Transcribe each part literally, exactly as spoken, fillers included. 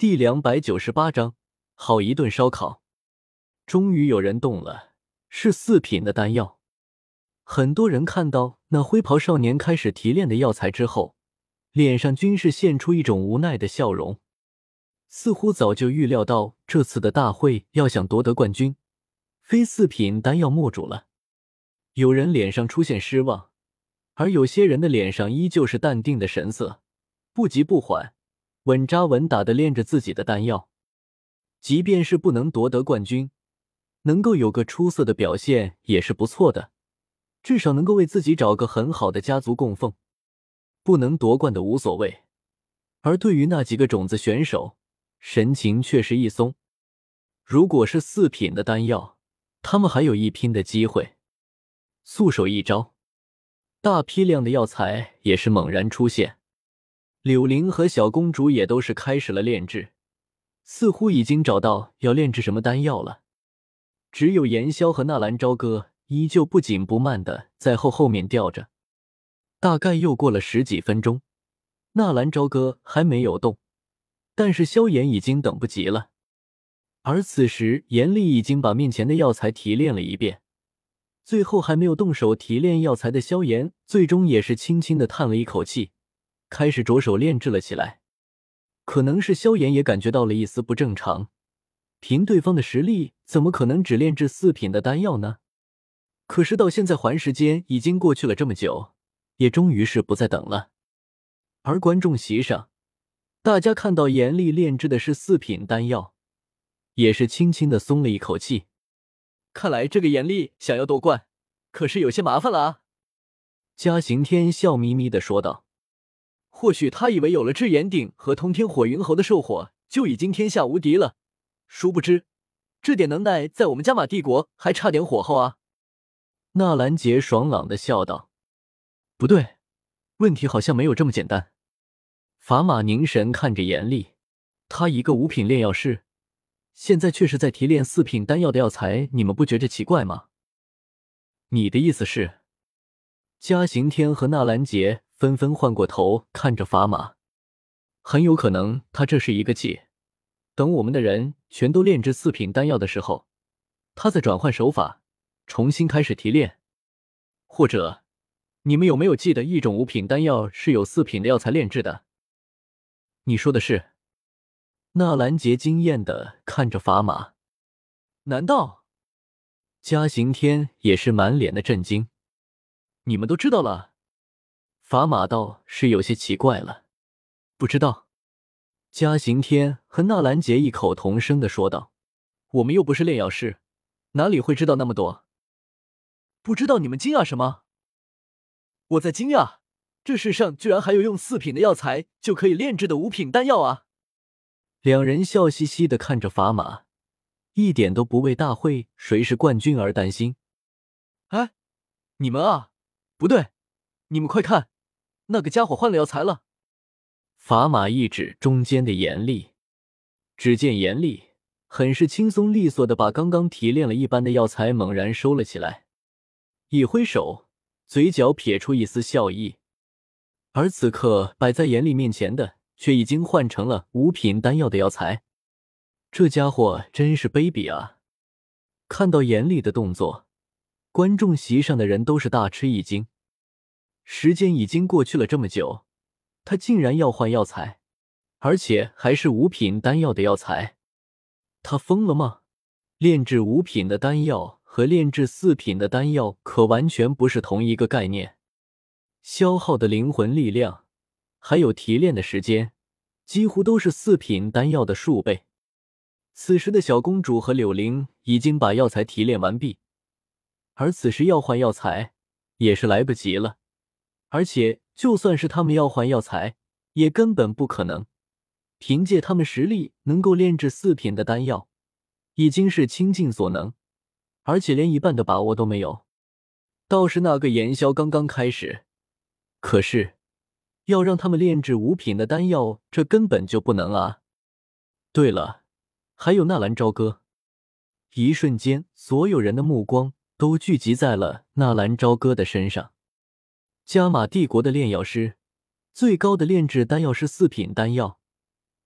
第两百九十八章，好一顿烧烤。终于有人动了，是四品的丹药。很多人看到那灰袍少年开始提炼的药材之后，脸上均是现出一种无奈的笑容，似乎早就预料到这次的大会要想夺得冠军，非四品丹药莫属了。有人脸上出现失望，而有些人的脸上依旧是淡定的神色，不急不缓，稳扎稳打地炼着自己的丹药。即便是不能夺得冠军，能够有个出色的表现也是不错的，至少能够为自己找个很好的家族供奉。不能夺冠的无所谓，而对于那几个种子选手，神情却是一松。如果是四品的丹药，他们还有一拼的机会。素手一招，大批量的药材也是猛然出现。柳玲和小公主也都是开始了炼制，似乎已经找到要炼制什么丹药了。只有炎萧和纳兰朝歌依旧不紧不慢地在后后面吊着。大概又过了十几分钟，纳兰朝歌还没有动，但是萧炎已经等不及了。而此时严厉已经把面前的药材提炼了一遍，最后还没有动手提炼药材的萧炎最终也是轻轻地叹了一口气，开始着手炼制了起来。可能是萧炎也感觉到了一丝不正常，凭对方的实力怎么可能只炼制四品的丹药呢？可是到现在还时间已经过去了这么久，也终于是不再等了。而观众席上，大家看到严厉炼制的是四品丹药，也是轻轻地松了一口气。看来这个严厉想要夺冠，可是有些麻烦了啊。嘉刑天笑眯眯地说道。或许他以为有了炙炎鼎和通天火云侯的兽火，就已经天下无敌了，殊不知这点能耐在我们加玛帝国还差点火候啊。纳兰杰爽朗地笑道。不对，问题好像没有这么简单。法玛凝神看着严厉，他一个五品炼药师，现在却是在提炼四品丹药的药材，你们不觉着奇怪吗？你的意思是？嘉刑天和纳兰杰纷纷换过头看着法玛，很有可能他这是一个计，等我们的人全都炼制四品丹药的时候，他再转换手法，重新开始提炼。或者，你们有没有记得一种五品丹药是由四品的药材炼制的？你说的是？纳兰杰惊艳地看着法玛。难道？嘉刑天也是满脸的震惊。你们都知道了？法玛倒是有些奇怪了。不知道。嘉刑天和纳兰杰异口同声地说道。我们又不是炼药师，哪里会知道那么多？不知道你们惊讶什么？我在惊讶，这世上居然还有用四品的药材就可以炼制的五品丹药啊！两人笑嘻嘻地看着法玛，一点都不为大会谁是冠军而担心。哎，你们啊，不对，你们快看，那个家伙换了药材了。法玛一指中间的严厉，只见严厉很是轻松利索地把刚刚提炼了一般的药材猛然收了起来，一挥手，嘴角撇出一丝笑意。而此刻摆在严厉面前的却已经换成了五品丹药的药材，这家伙真是卑鄙啊！看到严厉的动作，观众席上的人都是大吃一惊。时间已经过去了这么久，他竟然要换药材，而且还是五品丹药的药材。他疯了吗？炼制五品的丹药和炼制四品的丹药可完全不是同一个概念，消耗的灵魂力量还有提炼的时间几乎都是四品丹药的数倍。此时的小公主和柳玲已经把药材提炼完毕，而此时要换药材也是来不及了，而且就算是他们要换药材也根本不可能，凭借他们实力能够炼制四品的丹药已经是倾尽所能，而且连一半的把握都没有。倒是那个炎萧刚刚开始，可是要让他们炼制五品的丹药，这根本就不能啊。对了，还有纳兰朝歌。一瞬间，所有人的目光都聚集在了纳兰朝歌的身上。加玛帝国的炼药师，最高的炼制丹药是四品丹药，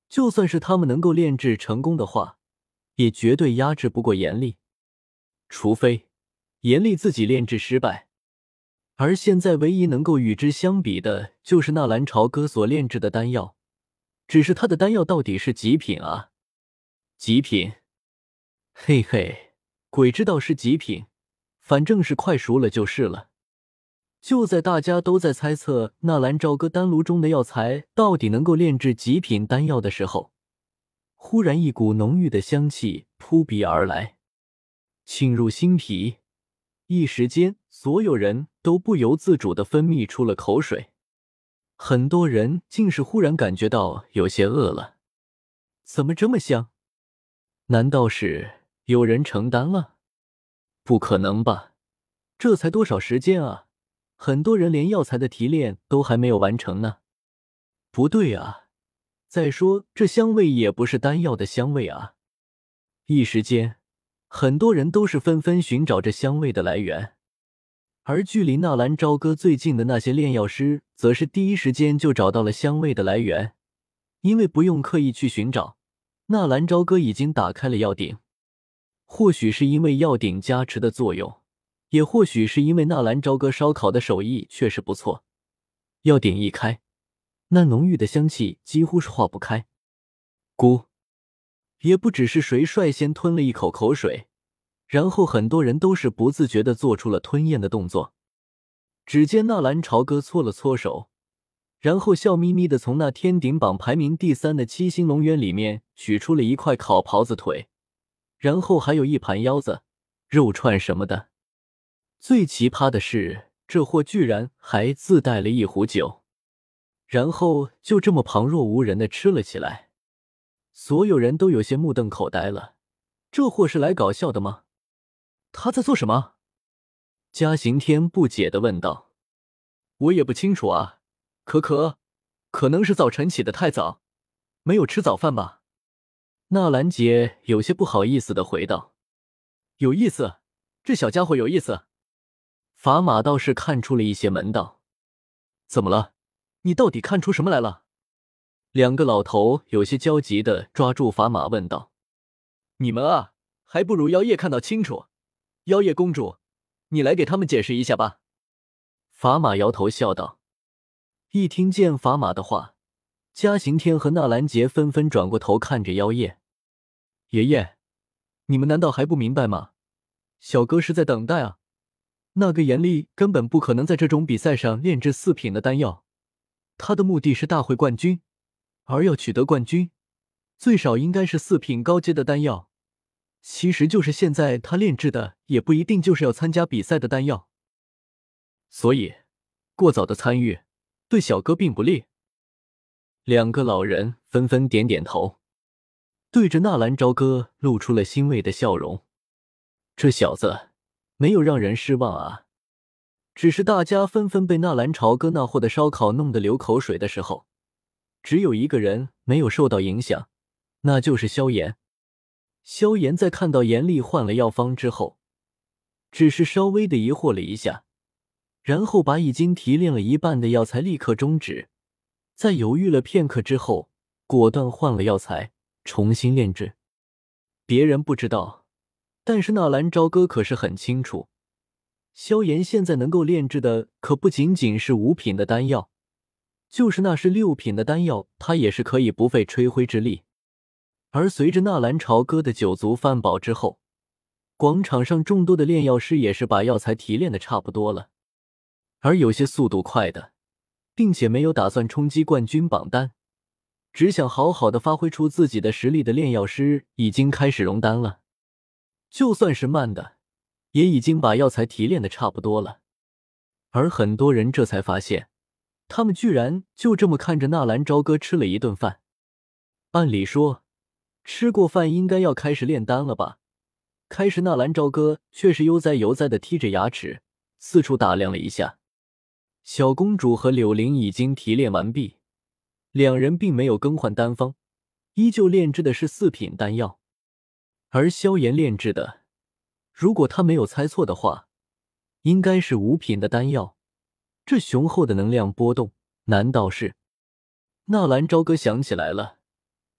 就算是他们能够炼制成功的话，也绝对压制不过严厉。除非严厉自己炼制失败，而现在唯一能够与之相比的就是纳兰朝歌所炼制的丹药，只是他的丹药到底是极品啊！极品？嘿嘿，鬼知道是极品，反正是快熟了就是了。就在大家都在猜测纳兰朝歌丹炉中的药材到底能够炼制极品丹药的时候，忽然一股浓郁的香气扑鼻而来，沁入心脾，一时间所有人都不由自主地分泌出了口水。很多人竟是忽然感觉到有些饿了。怎么这么香？难道是有人成丹了？不可能吧，这才多少时间啊，很多人连药材的提炼都还没有完成呢。不对啊，再说这香味也不是丹药的香味啊。一时间很多人都是纷纷寻找着香味的来源，而距离纳兰朝歌最近的那些炼药师则是第一时间就找到了香味的来源，因为不用刻意去寻找，纳兰朝歌已经打开了药鼎。或许是因为药鼎加持的作用，也或许是因为纳兰朝歌烧烤的手艺确实不错，药鼎一开，那浓郁的香气几乎是化不开。咕，也不只是谁率先吞了一口口水，然后很多人都是不自觉地做出了吞咽的动作。只见纳兰朝歌搓了搓手，然后笑眯眯地从那天顶榜排名第三的七星龙渊里面取出了一块烤狍子腿，然后还有一盘腰子、肉串什么的。最奇葩的是，这货居然还自带了一壶酒，然后就这么旁若无人地吃了起来。所有人都有些目瞪口呆了，这货是来搞笑的吗？他在做什么？嘉刑天不解地问道。我也不清楚啊，可可，可能是早晨起得太早，没有吃早饭吧？纳兰杰有些不好意思地回道。有意思，这小家伙有意思。法码倒是看出了一些门道。怎么了？你到底看出什么来了？两个老头有些焦急地抓住法码问道。你们啊，还不如妖夜看到清楚。妖夜公主，你来给他们解释一下吧。法码摇头笑道。一听见法码的话，嘉刑天和纳兰杰纷纷转过头看着妖夜。爷爷，你们难道还不明白吗？小哥是在等待啊。那个严厉根本不可能在这种比赛上炼制四品的丹药，他的目的是大会冠军，而要取得冠军，最少应该是四品高阶的丹药。其实就是现在他炼制的也不一定就是要参加比赛的丹药，所以过早的参与对小哥并不利。两个老人纷纷点点头，对着纳兰朝歌露出了欣慰的笑容。这小子没有让人失望啊。只是大家纷纷被纳兰朝歌那货的烧烤弄得流口水的时候，只有一个人没有受到影响，那就是萧炎。萧炎在看到严厉换了药方之后，只是稍微的疑惑了一下，然后把已经提炼了一半的药材立刻终止，在犹豫了片刻之后，果断换了药材，重新炼制。别人不知道，但是纳兰朝歌可是很清楚，萧炎现在能够炼制的可不仅仅是五品的丹药，就是那是六品的丹药，他也是可以不费吹灰之力。而随着纳兰朝歌的酒足饭饱之后，广场上众多的炼药师也是把药材提炼的差不多了，而有些速度快的，并且没有打算冲击冠军榜单，只想好好的发挥出自己的实力的炼药师已经开始熔丹了。就算是慢的，也已经把药材提炼的差不多了。而很多人这才发现，他们居然就这么看着纳兰朝歌吃了一顿饭。按理说，吃过饭应该要开始炼丹了吧？开始纳兰朝歌却是悠哉悠哉地剔着牙齿，四处打量了一下。小公主和柳玲已经提炼完毕，两人并没有更换丹方，依旧炼制的是四品丹药。而萧炎炼制的，如果他没有猜错的话，应该是五品的丹药。这雄厚的能量波动，难道是……纳兰朝歌想起来了，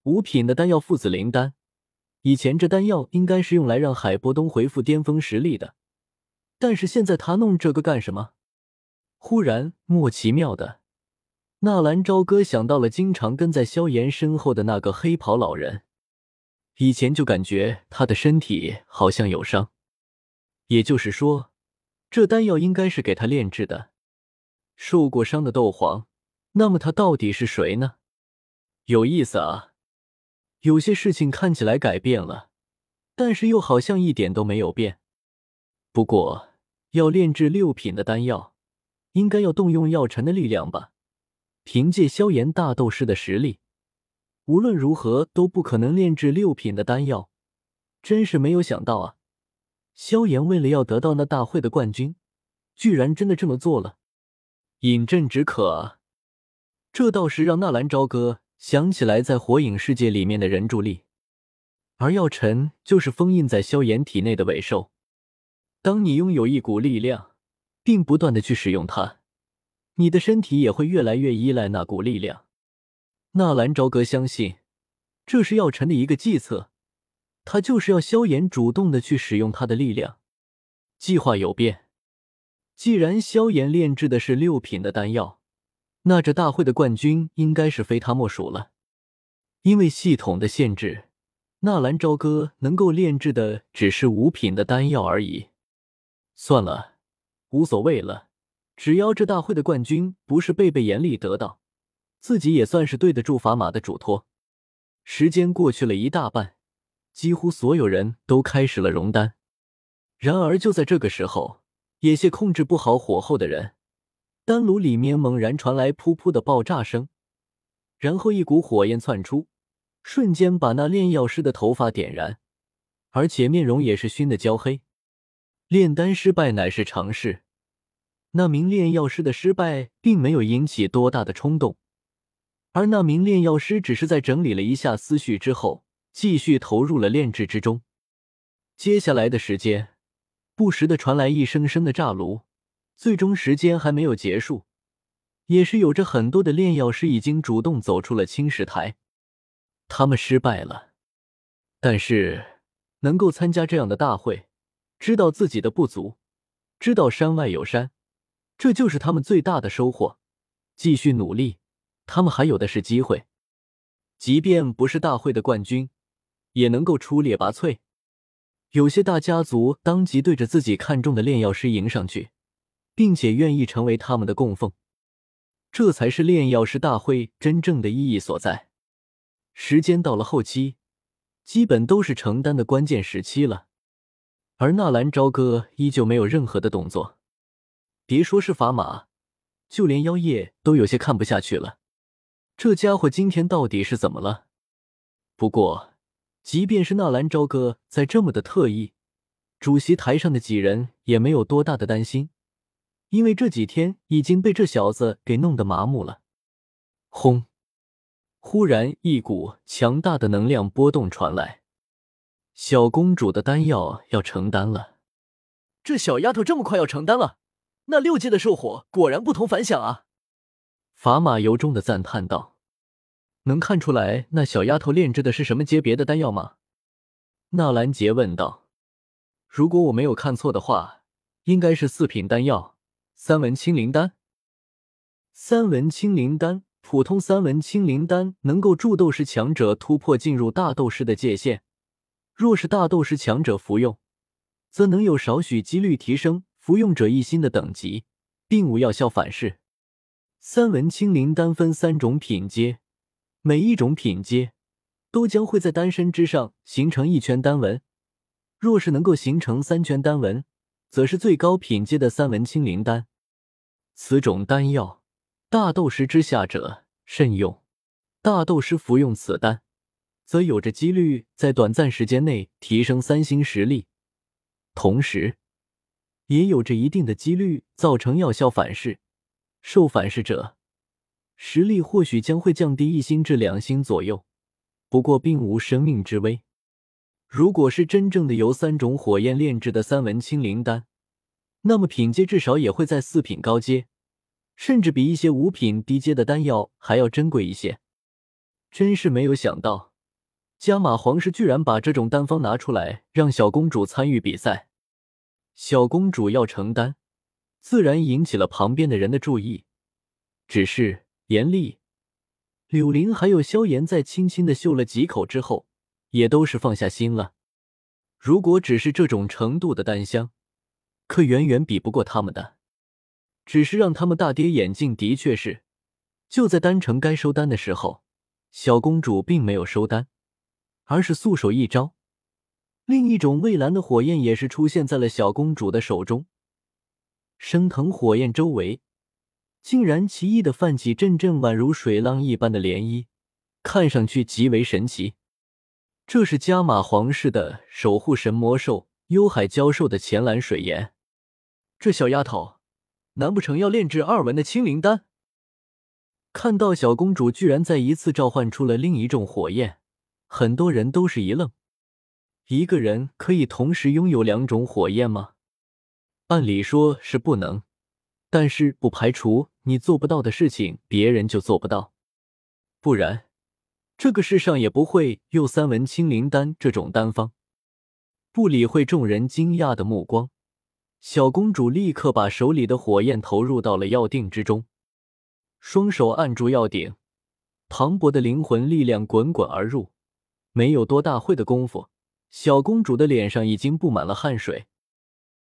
五品的丹药父子灵丹，以前这丹药应该是用来让海波东恢复巅峰实力的，但是现在他弄这个干什么？忽然，莫奇妙的，纳兰朝歌想到了经常跟在萧炎身后的那个黑袍老人，以前就感觉他的身体好像有伤，也就是说，这丹药应该是给他炼制的。受过伤的斗皇，那么他到底是谁呢？有意思啊，有些事情看起来改变了，但是又好像一点都没有变。不过，要炼制六品的丹药，应该要动用药尘的力量吧？凭借萧炎大斗师的实力，无论如何都不可能炼制六品的丹药。真是没有想到啊，萧炎为了要得到那大会的冠军，居然真的这么做了。饮鸩止渴啊！这倒是让纳兰朝歌想起来在火影世界里面的人柱力，而药尘就是封印在萧炎体内的尾兽。当你拥有一股力量，并不断的去使用它，你的身体也会越来越依赖那股力量。纳兰朝歌相信，这是药尘的一个计策，他就是要萧炎主动的去使用他的力量。计划有变，既然萧炎炼制的是六品的丹药，那这大会的冠军应该是非他莫属了。因为系统的限制，纳兰朝歌能够炼制的只是五品的丹药而已。算了，无所谓了，只要这大会的冠军不是贝贝严厉得到，自己也算是对得住砝码的嘱托。时间过去了一大半，几乎所有人都开始了熔丹。然而就在这个时候，野蟹控制不好火候的人，丹炉里面猛然传来噗噗的爆炸声，然后一股火焰窜出，瞬间把那炼药师的头发点燃，而且面容也是熏得焦黑。炼丹失败乃是常事，那名炼药师的失败并没有引起多大的冲动，而那名炼药师只是在整理了一下思绪之后，继续投入了炼制之中。接下来的时间，不时地传来一声声的炸炉，最终时间还没有结束，也是有着很多的炼药师已经主动走出了青石台。他们失败了，但是能够参加这样的大会，知道自己的不足，知道山外有山，这就是他们最大的收获。继续努力，他们还有的是机会。即便不是大会的冠军，也能够出类拔萃。有些大家族当即对着自己看中的炼药师迎上去，并且愿意成为他们的供奉。这才是炼药师大会真正的意义所在。时间到了后期，基本都是成丹的关键时期了。而纳兰朝歌依旧没有任何的动作，别说是砝码，就连妖夜都有些看不下去了。这家伙今天到底是怎么了？不过，即便是纳兰朝歌在这么的特意，主席台上的几人也没有多大的担心，因为这几天已经被这小子给弄得麻木了。轰！忽然一股强大的能量波动传来，小公主的丹药要成丹了。这小丫头这么快要成丹了，那六阶的兽火果然不同凡响啊！砝码由衷的赞叹道。能看出来那小丫头炼制的是什么级别的丹药吗？纳兰杰问道。如果我没有看错的话，应该是四品丹药，三文清灵丹。三文清灵丹，普通三文清灵丹能够助斗士强者突破进入大斗师的界限，若是大斗师强者服用，则能有少许几率提升服用者一心的等级，并无药效反噬。三文清灵丹分三种品阶，每一种品阶都将会在丹身之上形成一圈丹纹，若是能够形成三圈丹纹，则是最高品阶的三文清灵丹。此种丹药，大斗师之下者慎用，大斗师服用此丹，则有着几率在短暂时间内提升三星实力，同时也有着一定的几率造成药效反噬，受反噬者实力或许将会降低一星至两星左右，不过并无生命之危。如果是真正的由三种火焰炼制的三文清灵丹，那么品阶至少也会在四品高阶，甚至比一些五品低阶的丹药还要珍贵一些。真是没有想到， 加玛皇室居然把这种丹方拿出来让小公主参与比赛。小公主要成丹，自然引起了旁边的人的注意。只是严厉、柳林还有萧炎在轻轻的嗅了几口之后，也都是放下心了。如果只是这种程度的丹香，可远远比不过他们的。只是让他们大跌眼镜的确是，就在丹城该收丹的时候，小公主并没有收丹，而是素手一招，另一种蔚蓝的火焰也是出现在了小公主的手中。升腾火焰周围竟然奇异的泛起阵阵宛如水浪一般的涟漪，看上去极为神奇。这是加玛皇室的守护神魔兽幽海蛟兽的浅蓝水炎。这小丫头，难不成要炼制二纹的清灵丹？看到小公主居然再一次召唤出了另一种火焰，很多人都是一愣。一个人可以同时拥有两种火焰吗？按理说是不能，但是不排除你做不到的事情别人就做不到，不然这个世上也不会有三文清灵丹这种丹方。不理会众人惊讶的目光，小公主立刻把手里的火焰投入到了药锭之中，双手按住药鼎，磅礴的灵魂力量滚滚而入。没有多大会的功夫，小公主的脸上已经布满了汗水，